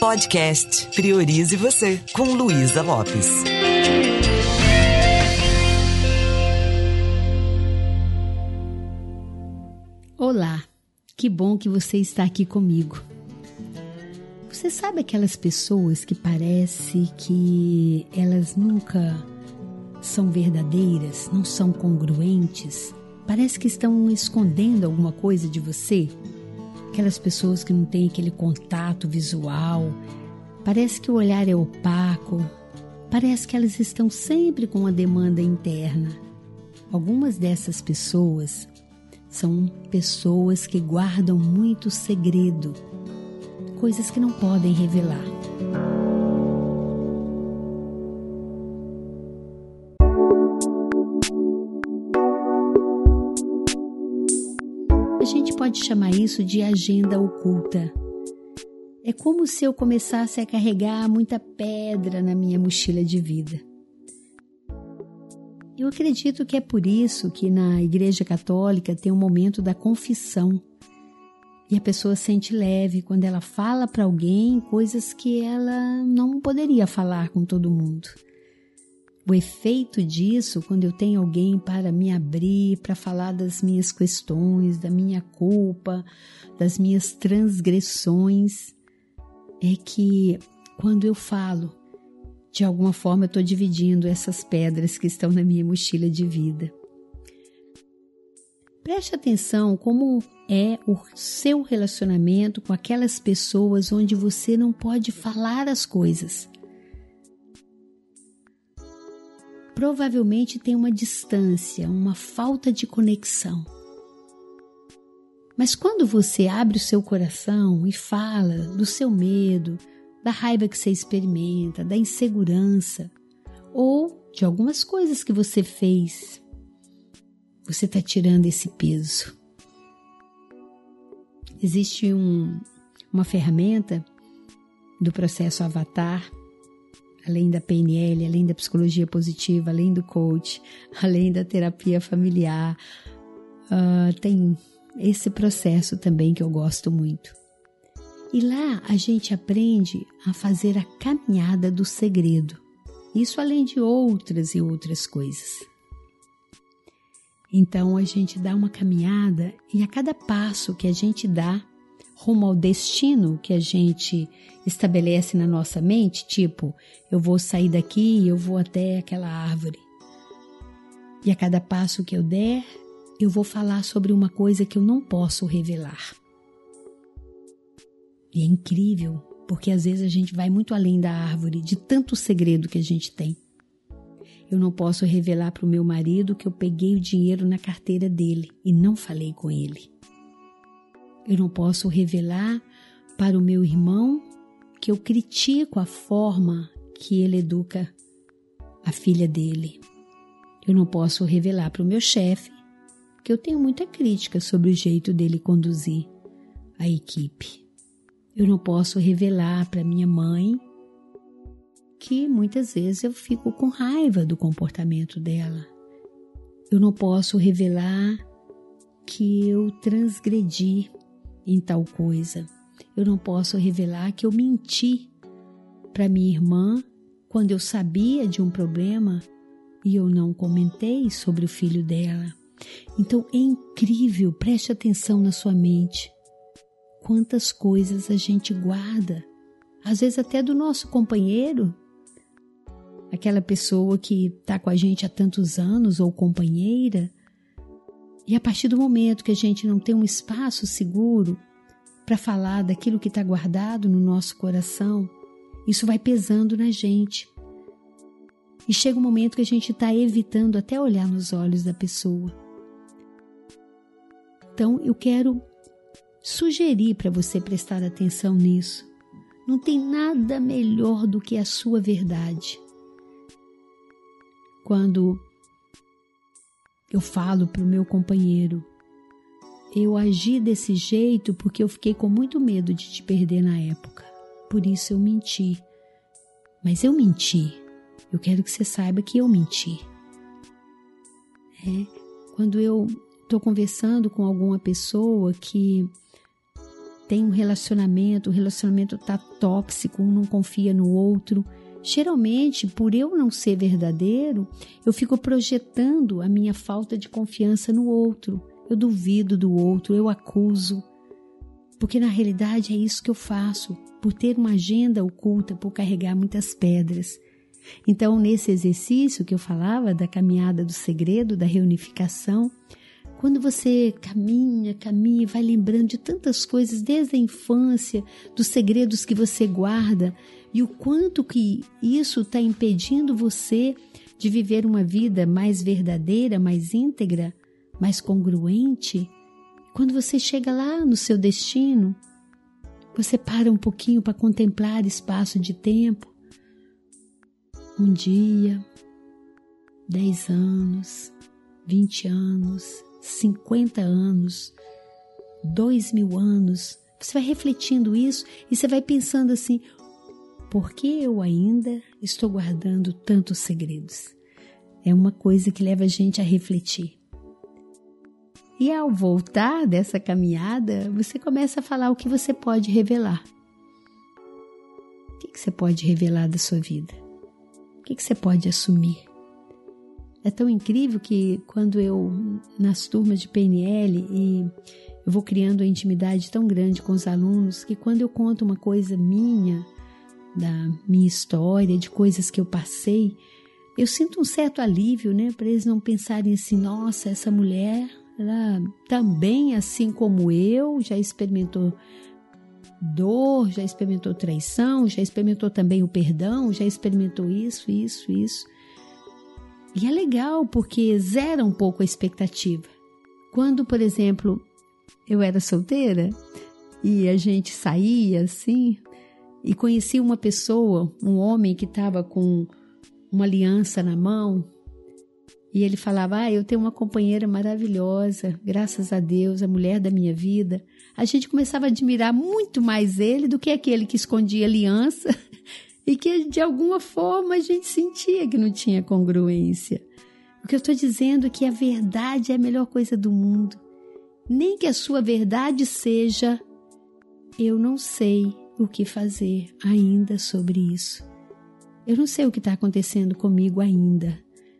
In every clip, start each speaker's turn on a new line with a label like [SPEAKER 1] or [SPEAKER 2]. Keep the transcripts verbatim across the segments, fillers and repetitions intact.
[SPEAKER 1] Podcast Priorize Você, com Luísa Lopes.
[SPEAKER 2] Olá, que bom que você está aqui comigo. Você sabe aquelas pessoas que parece que elas nunca são verdadeiras, não são congruentes? Parece que estão escondendo alguma coisa de você? Aquelas pessoas que não têm aquele contato visual, parece que o olhar é opaco, parece que elas estão sempre com uma demanda interna. Algumas dessas pessoas são pessoas que guardam muito segredo, coisas que não podem revelar. A gente pode chamar isso de agenda oculta. É como se eu começasse a carregar muita pedra na minha mochila de vida. Eu acredito que é por isso que na Igreja Católica tem um momento da confissão. E a pessoa sente leve quando ela fala para alguém coisas que ela não poderia falar com todo mundo. O efeito disso, quando eu tenho alguém para me abrir, para falar das minhas questões, da minha culpa, das minhas transgressões, é que quando eu falo, de alguma forma eu estou dividindo essas pedras que estão na minha mochila de vida. Preste atenção como é o seu relacionamento com aquelas pessoas onde você não pode falar as coisas. Provavelmente tem uma distância, uma falta de conexão. Mas quando você abre o seu coração e fala do seu medo, da raiva que você experimenta, da insegurança ou de algumas coisas que você fez, você está tirando esse peso. Existe um, uma ferramenta do processo Avatar, além da P N L, além da psicologia positiva, além do coach, além da terapia familiar, uh, tem esse processo também que eu gosto muito. E lá a gente aprende a fazer a caminhada do segredo. Isso além de outras e outras coisas. Então a gente dá uma caminhada e a cada passo que a gente dá rumo ao destino que a gente estabelece na nossa mente, tipo, eu vou sair daqui e eu vou até aquela árvore. E a cada passo que eu der, eu vou falar sobre uma coisa que eu não posso revelar. E é incrível, porque às vezes a gente vai muito além da árvore, de tanto segredo que a gente tem. Eu não posso revelar para o meu marido que eu peguei o dinheiro na carteira dele e não falei com ele. Eu não posso revelar para o meu irmão que eu critico a forma que ele educa a filha dele. Eu não posso revelar para o meu chefe que eu tenho muita crítica sobre o jeito dele conduzir a equipe. Eu não posso revelar para minha mãe que muitas vezes eu fico com raiva do comportamento dela. Eu não posso revelar que eu transgredi em tal coisa. Eu não posso revelar que eu menti para minha irmã quando eu sabia de um problema e eu não comentei sobre o filho dela. Então é incrível, preste atenção na sua mente. Quantas coisas a gente guarda, às vezes até do nosso companheiro, aquela pessoa que está com a gente há tantos anos ou companheira. E a partir do momento que a gente não tem um espaço seguro para falar daquilo que está guardado no nosso coração, isso vai pesando na gente. E chega um momento que a gente está evitando até olhar nos olhos da pessoa. Então eu quero sugerir para você prestar atenção nisso. Não tem nada melhor do que a sua verdade. Quando eu falo para o meu companheiro, eu agi desse jeito porque eu fiquei com muito medo de te perder na época. Por isso eu menti. Mas eu menti. Eu quero que você saiba que eu menti. É, quando eu estou conversando com alguma pessoa que tem um relacionamento, o relacionamento está tóxico, um não confia no outro. Geralmente, por eu não ser verdadeiro, eu fico projetando a minha falta de confiança no outro. Eu duvido do outro, eu acuso. Porque na realidade é isso que eu faço, por ter uma agenda oculta, por carregar muitas pedras. Então, nesse exercício que eu falava da caminhada do segredo, da reunificação, quando você caminha, caminha, vai lembrando de tantas coisas desde a infância, dos segredos que você guarda e o quanto que isso está impedindo você de viver uma vida mais verdadeira, mais íntegra, mais congruente. Quando você chega lá no seu destino, você para um pouquinho para contemplar espaço de tempo. Um dia, dez anos, vinte anos, cinquenta anos, dois mil anos. Você vai refletindo isso e você vai pensando assim, por que eu ainda estou guardando tantos segredos? É uma coisa que leva a gente a refletir. E ao voltar dessa caminhada, você começa a falar o que você pode revelar. O que você pode revelar da sua vida? O que você pode assumir? É tão incrível que quando eu, nas turmas de P N L, e eu vou criando uma intimidade tão grande com os alunos, que quando eu conto uma coisa minha, da minha história, de coisas que eu passei, eu sinto um certo alívio, né? Para eles não pensarem assim, nossa, essa mulher, ela também, assim como eu, já experimentou dor, já experimentou traição, já experimentou também o perdão, já experimentou isso, isso, isso. E é legal porque zera um pouco a expectativa. Quando, por exemplo, eu era solteira e a gente saía assim e conhecia uma pessoa, um homem que estava com uma aliança na mão e ele falava, ah, eu tenho uma companheira maravilhosa, graças a Deus, a mulher da minha vida. A gente começava a admirar muito mais ele do que aquele que escondia aliança e que de alguma forma a gente sentia que não tinha congruência. O que eu estou dizendo é que a verdade é a melhor coisa do mundo. Nem que a sua verdade seja, eu não sei o que fazer ainda sobre isso. Eu não sei o que está acontecendo comigo ainda.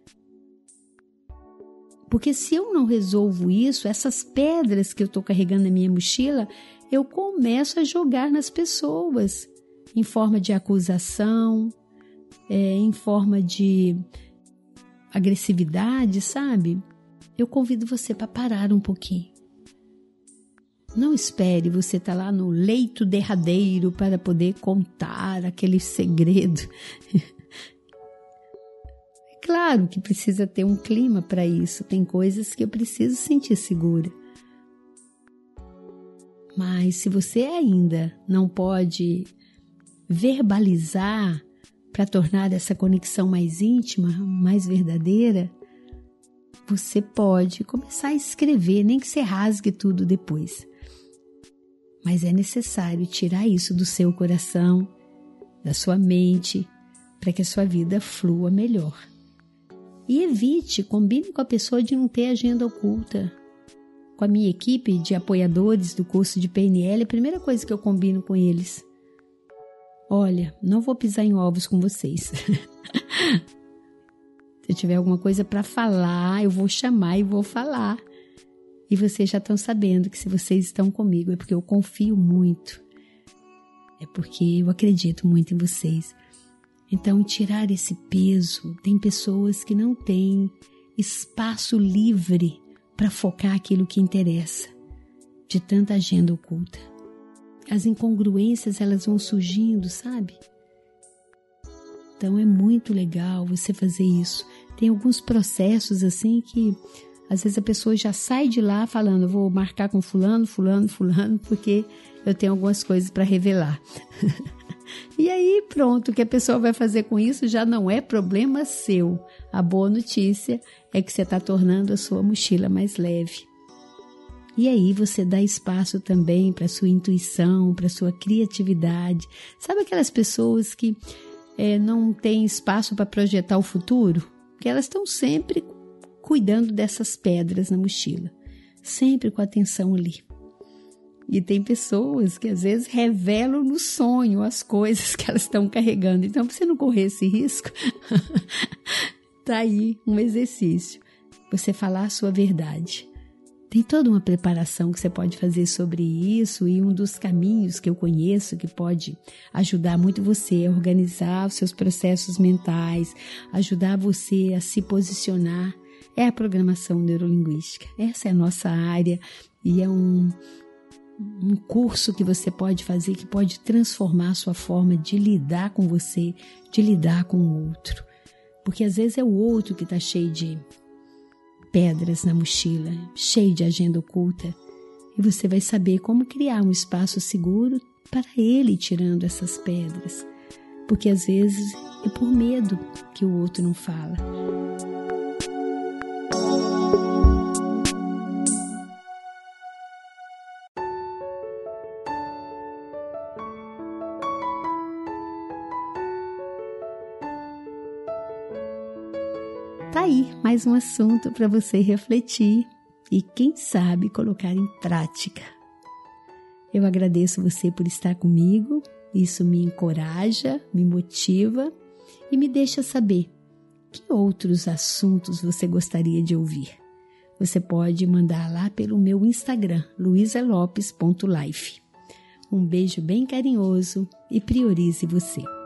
[SPEAKER 2] Porque se eu não resolvo isso, essas pedras que eu estou carregando na minha mochila, eu começo a jogar nas pessoas, em forma de acusação, é, em forma de agressividade, sabe? Eu convido você para parar um pouquinho. Não espere você estar lá no leito derradeiro para poder contar aquele segredo. Claro que precisa ter um clima para isso. Tem coisas que eu preciso sentir segura. Mas se você ainda não pode verbalizar para tornar essa conexão mais íntima, mais verdadeira, você pode começar a escrever, nem que você rasgue tudo depois. Mas é necessário tirar isso do seu coração, da sua mente, para que a sua vida flua melhor. E evite, combine com a pessoa de não ter agenda oculta. Com a minha equipe de apoiadores do curso de P N L, a primeira coisa que eu combino com eles, olha, não vou pisar em ovos com vocês. Se eu tiver alguma coisa para falar, eu vou chamar e vou falar. E vocês já estão sabendo que se vocês estão comigo é porque eu confio muito. É porque eu acredito muito em vocês. Então, tirar esse peso. Tem pessoas que não têm espaço livre para focar aquilo que interessa, de tanta agenda oculta. As incongruências, elas vão surgindo, sabe? Então, é muito legal você fazer isso. Tem alguns processos assim que, às vezes, a pessoa já sai de lá falando, vou marcar com fulano, fulano, fulano, porque eu tenho algumas coisas para revelar. E aí, pronto, o que a pessoa vai fazer com isso já não é problema seu. A boa notícia é que você está tornando a sua mochila mais leve. E aí você dá espaço também para a sua intuição, para a sua criatividade. Sabe aquelas pessoas que é, não têm espaço para projetar o futuro? Que elas estão sempre cuidando dessas pedras na mochila, sempre com atenção ali. E tem pessoas que às vezes revelam no sonho as coisas que elas estão carregando. Então, para você não correr esse risco, tá aí um exercício. Você falar a sua verdade. Tem toda uma preparação que você pode fazer sobre isso, e um dos caminhos que eu conheço que pode ajudar muito você a organizar os seus processos mentais, ajudar você a se posicionar, é a programação neurolinguística. Essa é a nossa área e é um, um curso que você pode fazer que pode transformar a sua forma de lidar com você, de lidar com o outro. Porque às vezes é o outro que está cheio de pedras na mochila, cheio de agenda oculta, e você vai saber como criar um espaço seguro para ele tirando essas pedras, porque às vezes é por medo que o outro não fala. Tá aí mais um assunto para você refletir e, quem sabe, colocar em prática. Eu agradeço você por estar comigo, isso me encoraja, me motiva e me deixa saber que outros assuntos você gostaria de ouvir. Você pode mandar lá pelo meu Instagram, luiza lopes ponto life. Um beijo bem carinhoso e priorize você.